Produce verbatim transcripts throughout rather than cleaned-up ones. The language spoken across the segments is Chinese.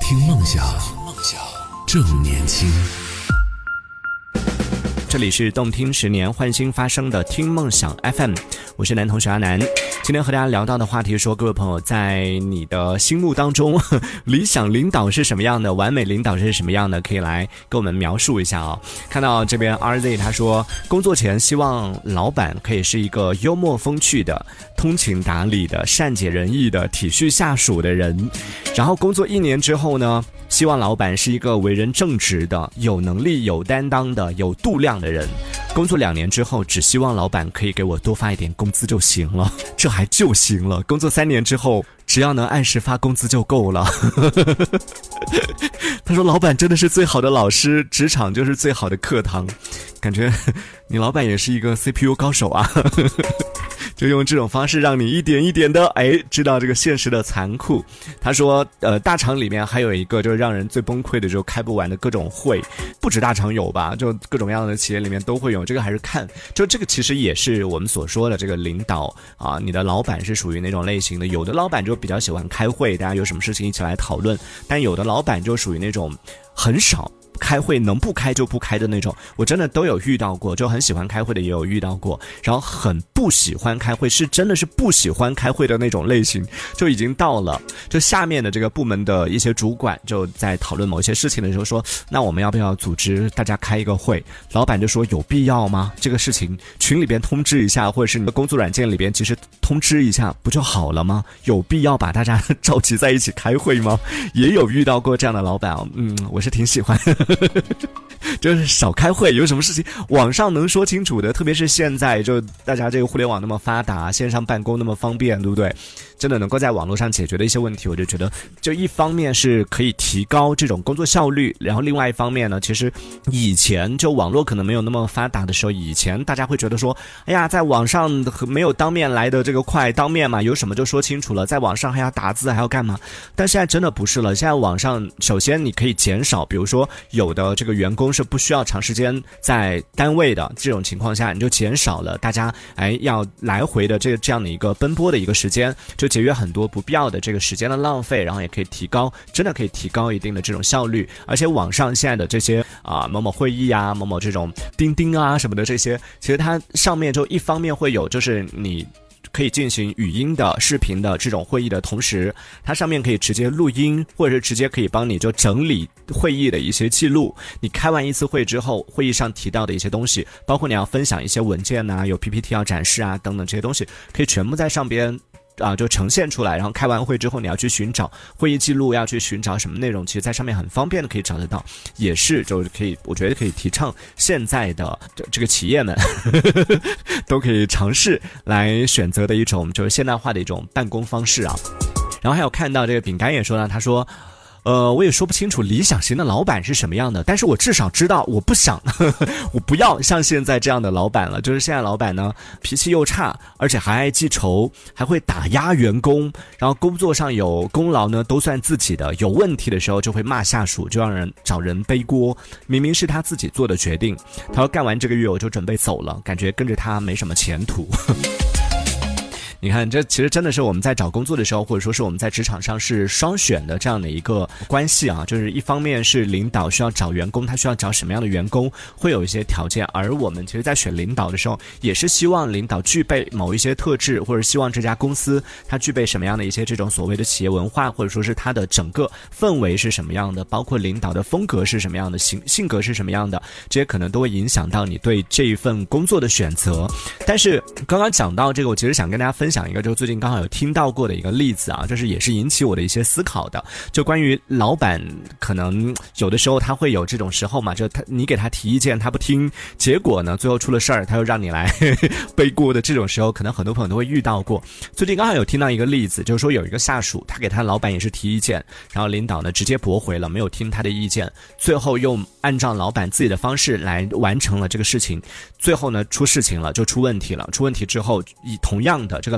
听梦想，正年轻。 这里是动听十年换新发生的听梦想 F M， 我是男同学阿南。今天和大家聊到的话题说，各位朋友在你的心目当中呵理想领导是什么样的，完美领导是什么样的，可以来跟我们描述一下哦。看到这边 R Z 他说，工作前希望老板可以是一个幽默风趣的、通情达理的、善解人意的、体恤下属的人，然后工作一年之后呢，希望老板是一个为人正直的、有能力、有担当的、有度量的人。工作两年之后，只希望老板可以给我多发一点工资就行了，这还就行了。工作三年之后，只要能按时发工资就够了。他说，老板真的是最好的老师，职场就是最好的课堂。感觉你老板也是一个 C P U 高手啊。就用这种方式让你一点一点的哎知道这个现实的残酷。他说呃大厂里面还有一个就是让人最崩溃的，就开不完的各种会，不止大厂有吧，就各种各样的企业里面都会有，这个还是看就这个其实也是我们所说的这个领导啊，你的老板是属于那种类型的，有的老板就比较喜欢开会，大家有什么事情一起来讨论，但有的老板就属于那种很少开会，能不开就不开的那种，我真的都有遇到过，就很喜欢开会的也有遇到过，然后很不喜欢开会，是真的是不喜欢开会的那种类型，就已经到了就下面的这个部门的一些主管就在讨论某些事情的时候说，那我们要不要组织大家开一个会，老板就说有必要吗？这个事情群里边通知一下，或者是你的工作软件里边其实通知一下不就好了吗？有必要把大家召集在一起开会吗？也有遇到过这样的老板，嗯，我是挺喜欢就是少开会，有什么事情网上能说清楚的，特别是现在就大家这个互联网那么发达，线上办公那么方便，对不对？真的能够在网络上解决的一些问题，我就觉得就一方面是可以提高这种工作效率，然后另外一方面呢，其实以前就网络可能没有那么发达的时候，以前大家会觉得说，哎呀，在网上没有当面来的这个快，当面嘛有什么就说清楚了，在网上还要打字还要干嘛？但现在真的不是了，现在网上首先你可以减少，比如说有的这个员工是不需要长时间在单位的这种情况下，你就减少了大家哎要来回的这这样的一个奔波的一个时间，就节约很多不必要的这个时间的浪费，然后也可以提高，真的可以提高一定的这种效率。而且网上现在的这些啊某某会议啊、某某这种钉钉啊什么的这些，其实它上面就一方面会有就是你可以进行语音的、视频的这种会议的同时，它上面可以直接录音，或者是直接可以帮你就整理会议的一些记录。你开完一次会之后，会议上提到的一些东西，包括你要分享一些文件啊、有 P P T 要展示啊等等这些东西，可以全部在上边啊，就呈现出来，然后开完会之后你要去寻找会议记录，要去寻找什么内容，其实在上面很方便的可以找得到，也是就是可以，我觉得可以提倡现在的这这个企业们都可以尝试来选择的一种就是现代化的一种办公方式啊。然后还有看到这个饼干也说呢，他说呃，我也说不清楚理想型的老板是什么样的，但是我至少知道我不想呵呵我不要像现在这样的老板了，就是现在老板呢脾气又差，而且还爱记仇，还会打压员工，然后工作上有功劳呢都算自己的，有问题的时候就会骂下属，就让人找人背锅，明明是他自己做的决定。他说干完这个月我就准备走了，感觉跟着他没什么前途。你看，这其实真的是我们在找工作的时候，或者说是我们在职场上是双选的这样的一个关系啊。就是一方面是领导需要找员工，他需要找什么样的员工，会有一些条件，而我们其实在选领导的时候，也是希望领导具备某一些特质，或者希望这家公司它具备什么样的一些这种所谓的企业文化，或者说是它的整个氛围是什么样的，包括领导的风格是什么样的，性性格是什么样的，这些可能都会影响到你对这一份工作的选择。但是刚刚讲到这个，我其实想跟大家分享一个，就最近刚好有听到过的一个例子啊，就是也是引起我的一些思考的，就关于老板可能有的时候他会有这种时候嘛，就他你给他提意见他不听，结果呢最后出了事儿他又让你来呵呵背锅的这种时候，可能很多朋友都会遇到过。最近刚好有听到一个例子，就是说有一个下属他给他老板也是提意见，然后领导呢直接驳回了，没有听他的意见，最后又按照老板自己的方式来完成了这个事情，最后呢出事情了，就出问题了，出问题之后以同样的这个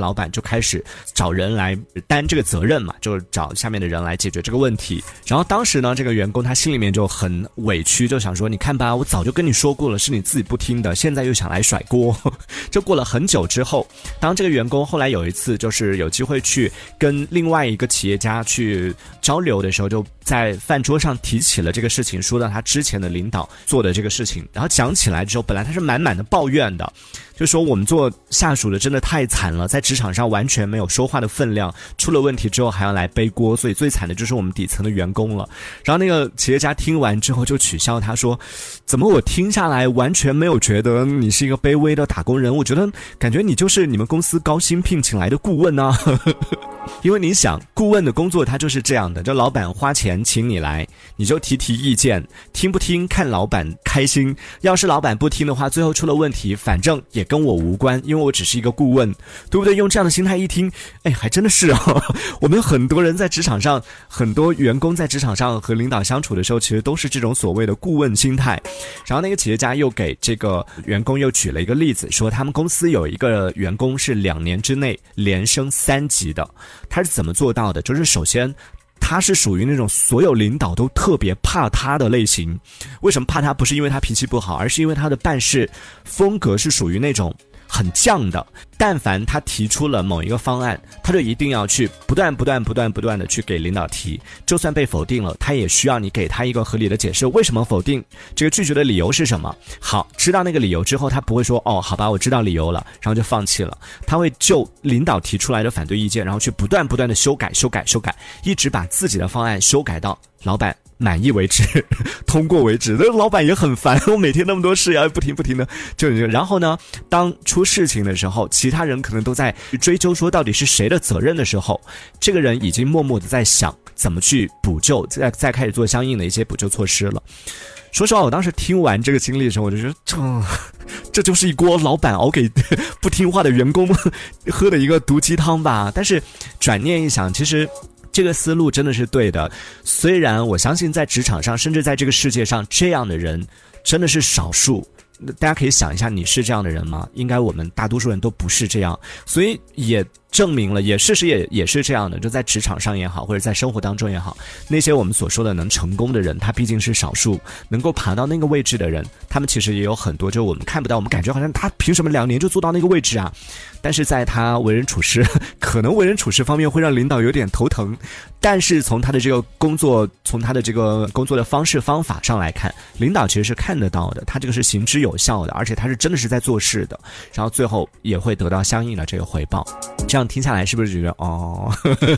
老板就开始找人来担这个责任嘛，就是找下面的人来解决这个问题。然后当时呢，这个员工他心里面就很委屈，就想说你看吧，我早就跟你说过了，是你自己不听的，现在又想来甩锅。就过了很久之后，当这个员工后来有一次就是有机会去跟另外一个企业家去交流的时候，就在饭桌上提起了这个事情，说到他之前的领导做的这个事情。然后讲起来之后，本来他是满满的抱怨的，就说我们做下属的真的太惨了，在职场上完全没有说话的分量，出了问题之后还要来背锅，所以最惨的就是我们底层的员工了。然后那个企业家听完之后就取笑他说，怎么我听下来完全没有觉得你是一个卑微的打工人，我觉得感觉你就是你们公司高薪聘请来的顾问啊。因为你想，顾问的工作他就是这样的，就老板花钱请你来，你就提提意见，听不听看老板开心，要是老板不听的话，最后出了问题反正也跟我无关，因为我只是一个顾问，对不对？用这样的心态一听，哎，还真的是啊。我们很多人在职场上，很多员工在职场上和领导相处的时候，其实都是这种所谓的顾问心态。然后那个企业家又给这个员工又举了一个例子，说他们公司有一个员工是两年之内连升三级的，他是怎么做到的？就是首先他是属于那种所有领导都特别怕他的类型。为什么怕他？不是因为他脾气不好，而是因为他的办事风格是属于那种很犟的，但凡他提出了某一个方案，他就一定要去不断不断不断不断的去给领导提，就算被否定了，他也需要你给他一个合理的解释，为什么否定，这个拒绝的理由是什么。好，知道那个理由之后，他不会说哦好吧我知道理由了，然后就放弃了，他会就领导提出来的反对意见，然后去不断不断的修改修改修改，一直把自己的方案修改到老板满意为止，通过为止。那老板也很烦，我每天那么多事要不停不停的就然后呢，当出事情的时候，其他人可能都在追究说到底是谁的责任的时候，这个人已经默默的在想怎么去补救，再再开始做相应的一些补救措施了。说实话，我当时听完这个经历的时候，我就觉得这这就是一锅老板熬给不听话的员工喝的一个毒鸡汤吧。但是转念一想，其实这个思路真的是对的。虽然我相信在职场上，甚至在这个世界上，这样的人真的是少数。大家可以想一下，你是这样的人吗？应该我们大多数人都不是这样，所以也证明了，也事实也也是这样的，就在职场上也好，或者在生活当中也好，那些我们所说的能成功的人，他毕竟是少数，能够爬到那个位置的人，他们其实也有很多，就我们看不到，我们感觉好像他凭什么两年就做到那个位置啊？但是在他为人处事，可能为人处事方面会让领导有点头疼，但是从他的这个工作，从他的这个工作的方式方法上来看，领导其实是看得到的，他这个是行之有效的，而且他是真的是在做事的，然后最后也会得到相应的这个回报。这样听下来是不是觉得哦？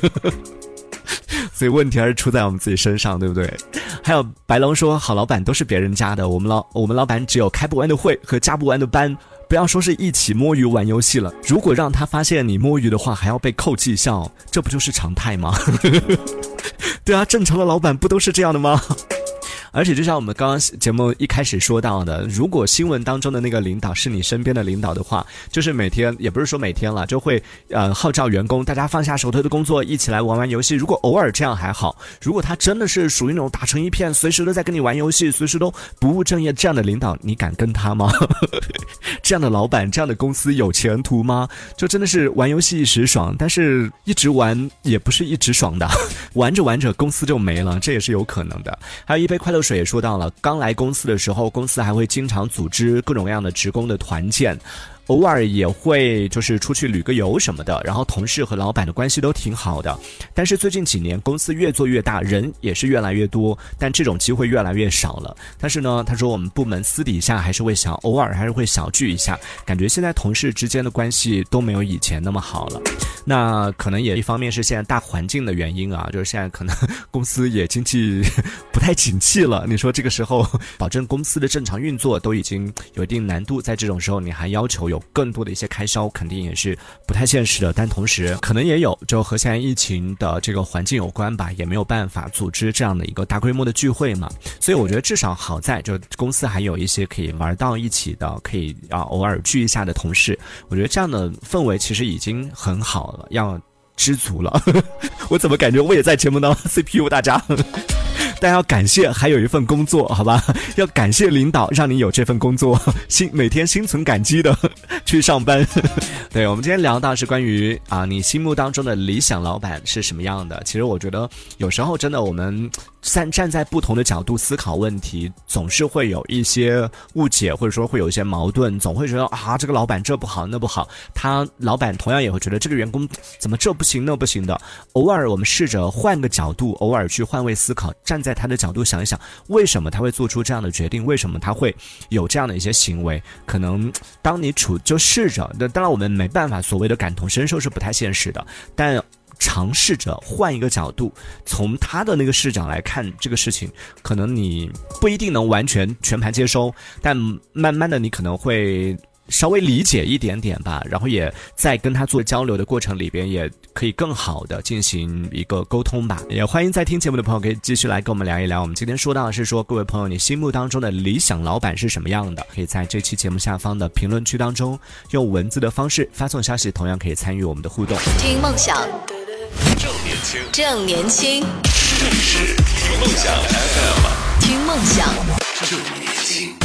所以问题还是出在我们自己身上，对不对？还有白龙说，好老板都是别人家的，我们老我们老板只有开不完的会和加不完的班，不要说是一起摸鱼玩游戏了，如果让他发现你摸鱼的话，还要被扣绩效，这不就是常态吗？对啊，正常的老板不都是这样的吗？而且就像我们刚刚节目一开始说到的，如果新闻当中的那个领导是你身边的领导的话，就是每天，也不是说每天了，就会呃号召员工大家放下手头的工作，一起来玩玩游戏。如果偶尔这样还好，如果他真的是属于那种打成一片，随时都在跟你玩游戏，随时都不务正业，这样的领导你敢跟他吗？这样的老板，这样的公司有前途吗？就真的是玩游戏一时爽，但是一直玩也不是一直爽的，玩着玩着公司就没了，这也是有可能的。还有一杯快乐水也说到了，刚来公司的时候，公司还会经常组织各种各样的职工的团建，偶尔也会就是出去旅个游什么的，然后同事和老板的关系都挺好的。但是最近几年公司越做越大，人也是越来越多，但这种机会越来越少了。但是呢，他说我们部门私底下还是会想，偶尔还是会小聚一下，感觉现在同事之间的关系都没有以前那么好了。那可能也一方面是现在大环境的原因啊，就是现在可能公司也经济不太景气了，你说这个时候保证公司的正常运作都已经有一定难度，在这种时候你还要求有更多的一些开销，肯定也是不太现实的。但同时可能也有就和现在疫情的这个环境有关吧，也没有办法组织这样的一个大规模的聚会嘛。所以我觉得至少好在就公司还有一些可以玩到一起的，可以啊偶尔聚一下的同事，我觉得这样的氛围其实已经很好了，要知足了。我怎么感觉我也在节目当 C P U 大家？大家要感谢还有一份工作，好吧？要感谢领导让你有这份工作，心每天心存感激的去上班。 对，我们今天聊到是关于啊，你心目当中的理想老板是什么样的？其实我觉得有时候真的我们站站在不同的角度思考问题，总是会有一些误解，或者说会有一些矛盾，总会觉得啊，这个老板这不好那不好，他老板同样也会觉得这个员工怎么这不行那不行的。偶尔我们试着换个角度，偶尔去换位思考，站在他的角度想一想，为什么他会做出这样的决定，为什么他会有这样的一些行为。可能当你处就试着，当然我们没办法所谓的感同身受是不太现实的，但尝试着换一个角度，从他的那个视角来看这个事情，可能你不一定能完全全盘接收，但慢慢的你可能会稍微理解一点点吧，然后也在跟他做交流的过程里边，也可以更好的进行一个沟通吧。也欢迎在听节目的朋友可以继续来跟我们聊一聊。我们今天说到的是说，各位朋友，你心目当中的理想老板是什么样的？可以在这期节目下方的评论区当中用文字的方式发送消息，同样可以参与我们的互动。 听梦想， 正年轻， 正年轻， 这里是听梦想 F M， 听梦想， 正年轻。